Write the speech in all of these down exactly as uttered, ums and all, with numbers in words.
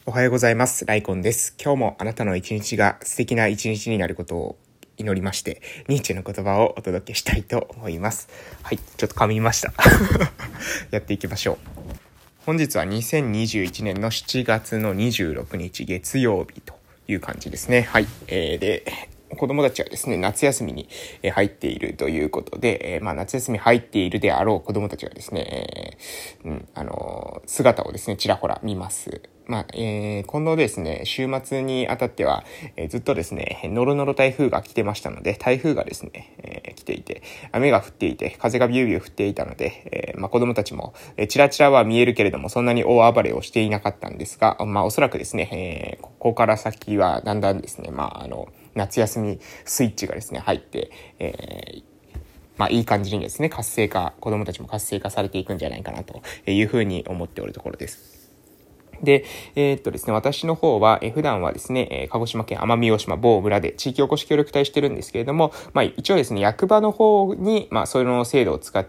おはようございます。ライコンです。今日もあなたの一日が素敵な一日になることを祈りまして、ニーチェの言葉をお届けしたいと思います。はい、ちょっと噛みました。やっていきましょう。本日はにせんにじゅういちねんのしちがつのにじゅうろくにち月曜日という感じですね。はい。えー、で、子供たちはですね、夏休みに入っているということで、えー、まあ夏休み入っているであろう子供たちがですね、えー、うん、あのー、姿をですね、ちらほら見ます。まあ、えー、今度ですね、週末にあたっては、えー、ずっとですね、ノロノロ台風が来てましたので、台風がですね、えー、来ていて、雨が降っていて、風がビュービュー降っていたので、えー、まあ子供たちも、えー、チラチラは見えるけれども、そんなに大暴れをしていなかったんですが、まあおそらくですね、えー、ここから先はだんだんですね、まああの、夏休みスイッチがですね、入って、えーまあいい感じにですね、活性化、子供たちも活性化されていくんじゃないかなというふうに思っておるところです。で、えー、っとですね、私の方は、えー、普段はですね、えー、鹿児島県奄美大島某村で地域おこし協力隊してるんですけれども、まあ一応ですね、役場の方に、まあその制度を使って、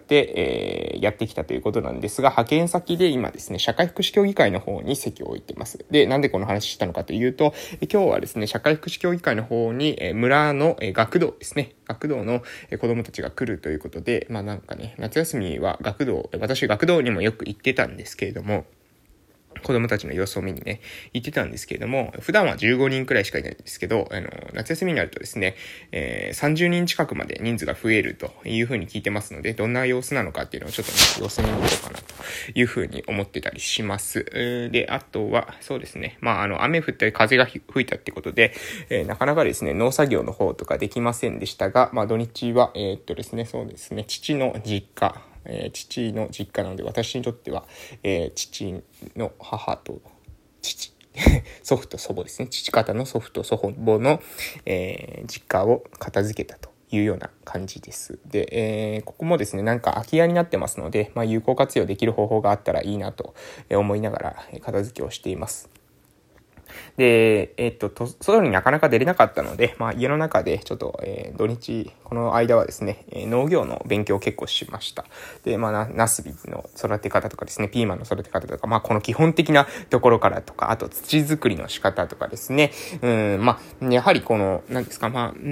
えー、やってきたということなんですが、派遣先で今ですね、社会福祉協議会の方に席を置いてます。で、なんでこの話したのかというと、えー、今日はですね、社会福祉協議会の方に、えー、村の、えー、学童ですね、学童の、えー、子供たちが来るということで、まあなんかね、夏休みは学童、私学童にもよく行ってたんですけれども、子供たちの様子を見にね、行ってたんですけれども、普段はじゅうごにんくらいしかいないんですけど、あの、夏休みになるとですね、えー、さんじゅうにん近くまで人数が増えるというふうに聞いてますので、どんな様子なのかっていうのをちょっとね、様子見に行こうかなというふうに思ってたりします。で、あとは、そうですね、まあ、あの、雨降ったり風が吹いたってことで、えー、なかなかですね、農作業の方とかできませんでしたが、まあ、土日は、えー、っとですね、そうですね、父の実家、えー、父の実家なので、私にとっては、えー、父の母と父、祖父と祖母ですね。父方の祖父と祖母の、えー、実家を片付けたというような感じです。で、えー、ここもですね、なんか空き家になってますので、まあ、有効活用できる方法があったらいいなと思いながら片付けをしています。で、えっと、と、外になかなか出れなかったので、まあ家の中でちょっと、えー、土日、この間はですね、えー、農業の勉強を結構しました。で、まあな、ナスビの育て方とかですね、ピーマンの育て方とか、まあこの基本的なところからとか、あと土作りの仕方とかですね、うん、まあ、やはりこの、なんですか、まあ、うん、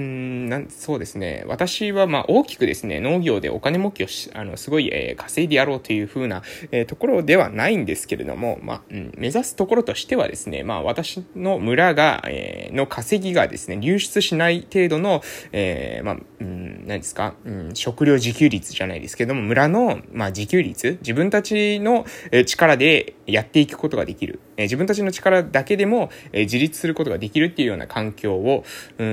なん、そうですね、私はまあ大きくですね、農業でお金儲けをし、あの、すごい、えー、稼いでやろうという風な、えー、ところではないんですけれども、まあ、うん、目指すところとしてはですね、まあ私の村が、えー、の稼ぎがですね、流出しない程度の、えー、まあ、うん、何ですか、うん、食料自給率じゃないですけども、村の、まあ、自給率、自分たちの力でやっていくことができる。えー、自分たちの力だけでも、えー、自立することができるっていうような環境を、うん、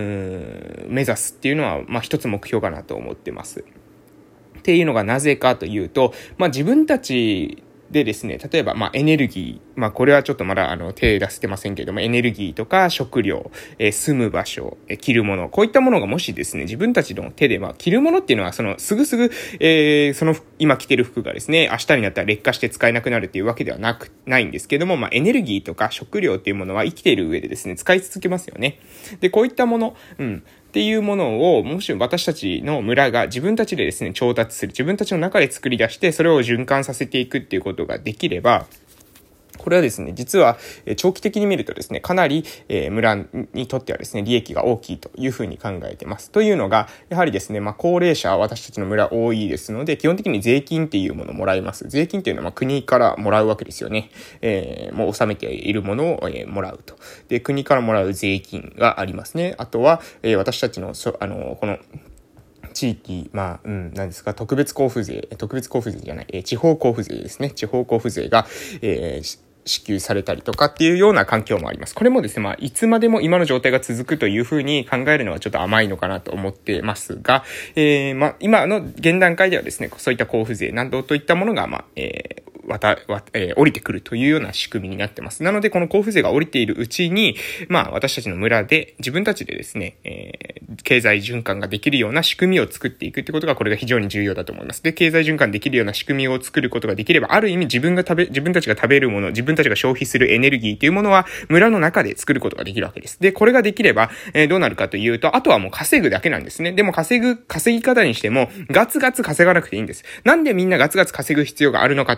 目指すっていうのは、まあ、一つ目標かなと思ってます。っていうのがなぜかというと、まあ、自分たちでですね、例えば、まあ、エネルギー。まあ、これはちょっとまだ、あの、手出せてませんけども、エネルギーとか食料、えー、住む場所、えー、着るもの、こういったものがもしですね、自分たちの手で、まあ、着るものっていうのは、その、すぐすぐ、えー、その、今着てる服がですね、明日になったら劣化して使えなくなるっていうわけではなく、ないんですけども、まあ、エネルギーとか食料っていうものは生きている上でですね、使い続けますよね。で、こういったもの、うん。っていうものを、もし私たちの村が自分たちでですね、調達する。自分たちの中で作り出して、それを循環させていくっていうことができれば、これはですね、実は長期的に見るとですね、かなり村にとってはですね、利益が大きいというふうに考えています。というのが、やはりですね、まあ高齢者は私たちの村多いですので、基本的に税金っていうものをもらいます。税金っていうのはまあ国からもらうわけですよね。えー、もう納めているものを、えー、もらうと。で、国からもらう税金がありますね。あとは、えー、私たちの、そあの、この、地域、まあ、うん、何ですか、特別交付税、特別交付税じゃない、えー、地方交付税ですね。地方交付税が、えー、支給されたりとかっていうような環境もあります。これもですね、まあ、いつまでも今の状態が続くというふうに考えるのはちょっと甘いのかなと思ってますが、えー、まあ、今の現段階ではですね、そういった交付税などといったものが、まあ、えー、わた、わ、えー、降りてくるというような仕組みになってます。なので、この交付税が降りているうちに、まあ、私たちの村で、自分たちでですね、えー、経済循環ができるような仕組みを作っていくってことが、これが非常に重要だと思います。で、経済循環できるような仕組みを作ることができれば、ある意味自分が食べ、自分たちが食べるもの、自分たちが消費するエネルギーというものは、村の中で作ることができるわけです。で、これができれば、えー、どうなるかというと、あとはもう稼ぐだけなんですね。でも稼ぐ、稼ぎ方にしても、ガツガツ稼がなくていいんです。なんでみんなガツガツ稼ぐ必要があるのかというと、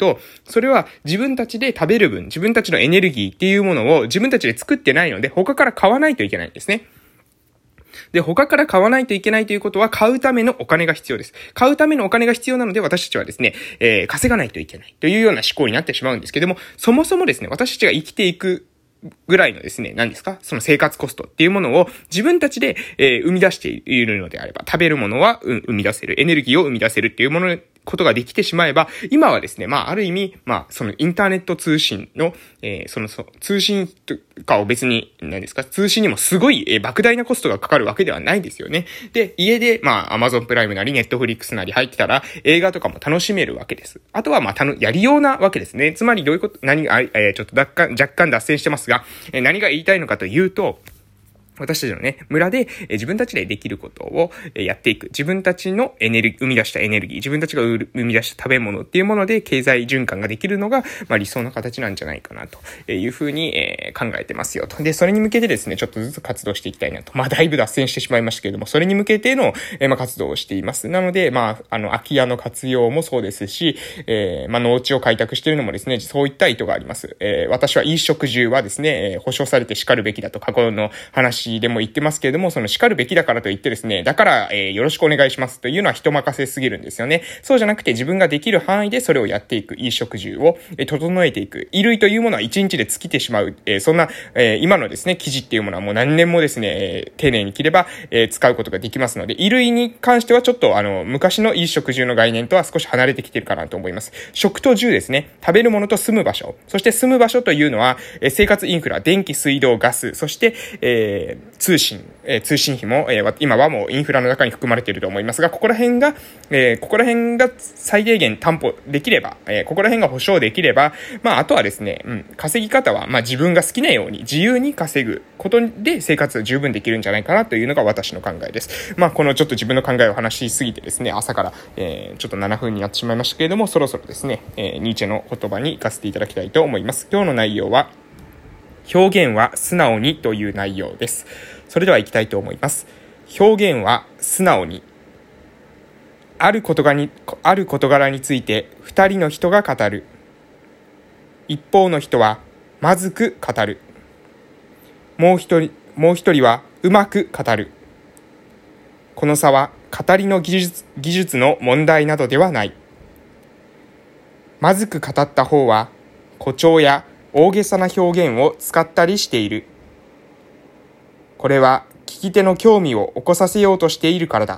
と、それは自分たちで食べる分、自分たちのエネルギーっていうものを自分たちで作ってないので、他から買わないといけないんですね。で、他から買わないといけないということは、買うためのお金が必要です。買うためのお金が必要なので、私たちはですね、えー、稼がないといけないというような思考になってしまうんですけども、そもそもですね、私たちが生きていくぐらいのですね、何ですか？その生活コストっていうものを自分たちで、えー、生み出しているのであれば、食べるものは、うん、生み出せる、エネルギーを生み出せるっていうものことができてしまえば、今はですね、まあ、ある意味、まあ、そのインターネット通信の、えー、その、そ通信とかを別に、何ですか、通信にもすごい、えー、莫大なコストがかかるわけではないですよね。で、家で、まあ、Amazon プライムなり、Netflix なり入ってたら、映画とかも楽しめるわけです。あとは、まあ、たの、やりようなわけですね。つまり、どういうこと、何が、えー、ちょっと若干、若干脱線してますが、えー、何が言いたいのかというと、私たちのね、村で、えー、自分たちでできることを、えー、やっていく。自分たちのエネルギー、生み出したエネルギー、自分たちが生み出した食べ物っていうもので経済循環ができるのが、まあ理想の形なんじゃないかなというふうに、えー、考えてますよと。で、それに向けてですね、ちょっとずつ活動していきたいなと。まあだいぶ脱線してしまいましたけれども、それに向けての、えー、まあ活動をしています。なので、まあ、あの、空き家の活用もそうですし、えー、まあ農地を開拓しているのもですね、そういった意図があります。えー、私は衣食住はですね、えー、保障されて叱るべきだと過去の話でも言ってますけれども、その叱るべきだからといってですね、だから、えー、よろしくお願いしますというのは人任せすぎるんですよね。そうじゃなくて自分ができる範囲でそれをやっていく、衣食住を、えー、整えていく。衣類というものは一日で尽きてしまう。えー、そんな、えー、今のですね、生地っていうものはもう何年もですね、えー、丁寧に着れば、えー、使うことができますので、衣類に関してはちょっとあの、昔の衣食住の概念とは少し離れてきてるかなと思います。食と住ですね。食べるものと住む場所。そして住む場所というのは、えー、生活インフラ、電気、水道、ガス、そして、えー、通信、えー、通信費も、えー、今はもうインフラの中に含まれていると思いますが、ここら辺が、えー、ここら辺が最低限担保できれば、えー、ここら辺が保証できれば、まあ、あとはですね、うん、稼ぎ方は、まあ、自分が好きなように自由に稼ぐことで生活十分できるんじゃないかなというのが私の考えです。まあ、このちょっと自分の考えを話しすぎてですね、朝から、えー、ちょっとななふんになってしまいましたけれども、そろそろですね、えー、ニーチェの言葉に行かせていただきたいと思います。今日の内容は、表現は素直にという内容です。それでは行きたいと思います。表現は素直に。ある事柄に、ある事柄について二人の人が語る。一方の人はまずく語る。もう一人、もう一人はうまく語る。この差は語りの技術、技術の問題などではない。まずく語った方は誇張や大げさな表現を使ったりしている。これは聞き手の興味を起こさせようとしているからだ。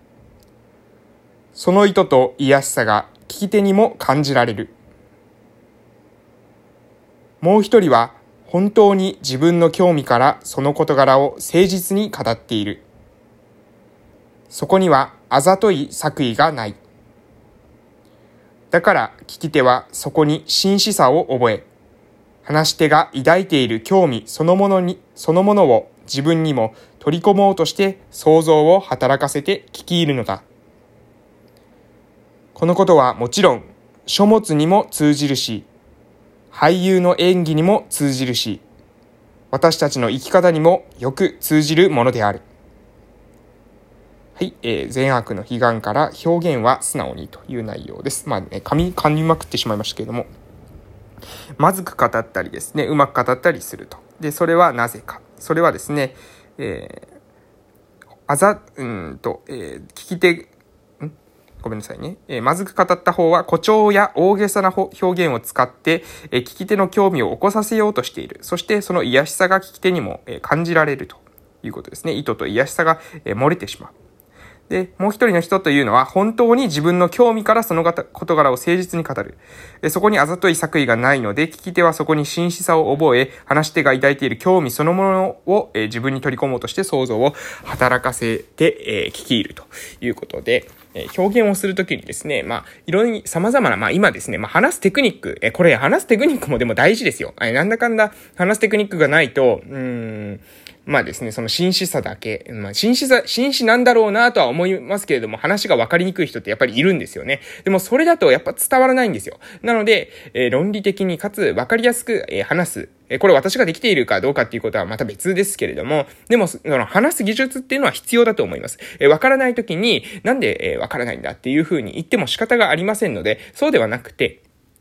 その意図と卑しさが聞き手にも感じられる。もう一人は本当に自分の興味からその事柄を誠実に語っている。そこにはあざとい作為がない。だから聞き手はそこに真摯さを覚え、話し手が抱いている興味そのものに、そのものを自分にも取り込もうとして想像を働かせて聞き入るのだ。このことはもちろん書物にも通じるし、俳優の演技にも通じるし、私たちの生き方にもよく通じるものである。はい、えー、善悪の彼岸から表現は素直にという内容です。まあね、噛み、噛みまくってしまいましたけれども、まずく語ったりですね、うまく語ったりすると。で、それはなぜか。それはですね、えー、あざ、うんと、えー、聞き手、んごめんなさいね。えー、まずく語った方は誇張や大げさな表現を使って、えー、聞き手の興味を起こさせようとしている。そしてその卑しさが聞き手にも、えー、感じられるということですね。意図と卑しさが、えー、漏れてしまう。で、もう一人の人というのは本当に自分の興味からその事柄を誠実に語る。そこにあざとい作為がないので、聞き手はそこに真摯さを覚え、話し手が抱いている興味そのものを、えー、自分に取り込もうとして想像を働かせて、えー、聞き入るということで、えー、表現をするときにですね、まあ、いろいろ様々な、まあ今ですね、まあ話すテクニック、えー、これ話すテクニックもでも大事ですよ。えー、なんだかんだ話すテクニックがないと、うーん、まあですね、その真摯さだけ、まあ真摯さ、真摯なんだろうなとは思いますけれども、話が分かりにくい人ってやっぱりいるんですよね。でもそれだとやっぱ伝わらないんですよ。なので、えー、論理的にかつ分かりやすく、えー、話す。えー、これ私ができているかどうかっていうことはまた別ですけれども、でも、その話す技術っていうのは必要だと思います。えー、分からないときに、なんで、えー、分からないんだっていうふうに言っても仕方がありませんので、そうではなくて、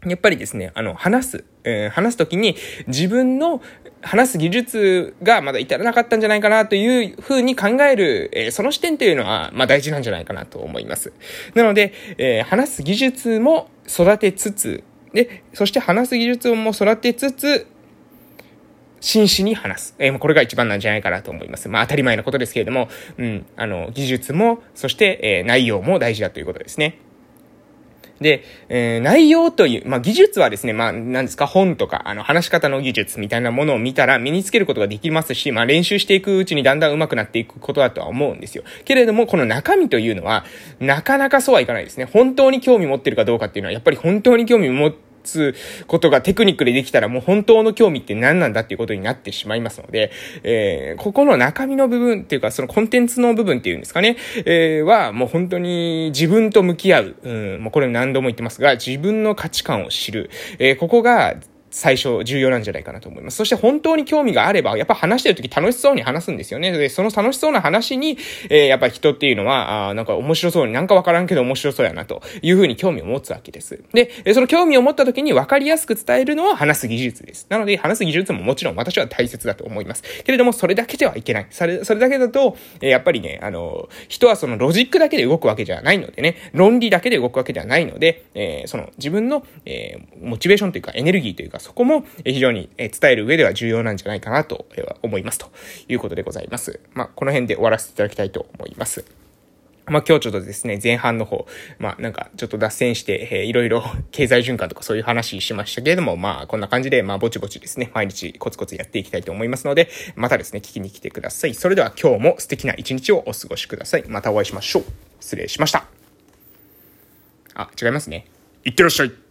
やっぱりですね、あの、話す、えー、話すときに自分の話す技術がまだ至らなかったんじゃないかなというふうに考える、えー、その視点というのは、まあ大事なんじゃないかなと思います。なので、えー、話す技術も育てつつ、で、そして話す技術も育てつつ、真摯に話す。えー、これが一番なんじゃないかなと思います。まあ当たり前のことですけれども、うん、あの、技術も、そして、えー、内容も大事だということですね。で、えー、内容という、まあ、技術はですね、まあ、何ですか、本とか、あの、話し方の技術みたいなものを見たら身につけることができますし、まあ、練習していくうちにだんだん上手くなっていくことだとは思うんですよ。けれども、この中身というのは、なかなかそうはいかないですね。本当に興味持ってるかどうかっていうのは、やっぱり本当に興味持って、つことがテクニックでできたらもう本当の興味って何なんだっていうことになってしまいますので、えー、ここの中身の部分っていうかそのコンテンツの部分っていうんですかね、えー、はもう本当に自分と向き合う、うん、もうこれ何度も言ってますが、自分の価値観を知る、えー、ここが最初重要なんじゃないかなと思います。そして本当に興味があれば、やっぱ話してるとき楽しそうに話すんですよね。で、その楽しそうな話に、えー、やっぱり人っていうのは、あなんか面白そうに、なんかわからんけど面白そうやなというふうに興味を持つわけです。で、その興味を持ったときに分かりやすく伝えるのは話す技術です。なので、話す技術ももちろん私は大切だと思います。けれども、それだけではいけない。それ、それだけだと、えー、やっぱりね、あの、人はそのロジックだけで動くわけじゃないのでね、論理だけで動くわけではないので、えー、その自分の、えー、モチベーションというかエネルギーというか、そこも非常に伝える上では重要なんじゃないかなと思いますということでございます。まあ、この辺で終わらせていただきたいと思います。まあ今日ちょっとですね、前半の方、まあなんかちょっと脱線して、えー、いろいろ経済循環とかそういう話しましたけれども、まあこんな感じで、まあぼちぼちですね、毎日コツコツやっていきたいと思いますので、またですね、聞きに来てください。それでは今日も素敵な一日をお過ごしください。またお会いしましょう。失礼しました。あ、違いますね。いってらっしゃい。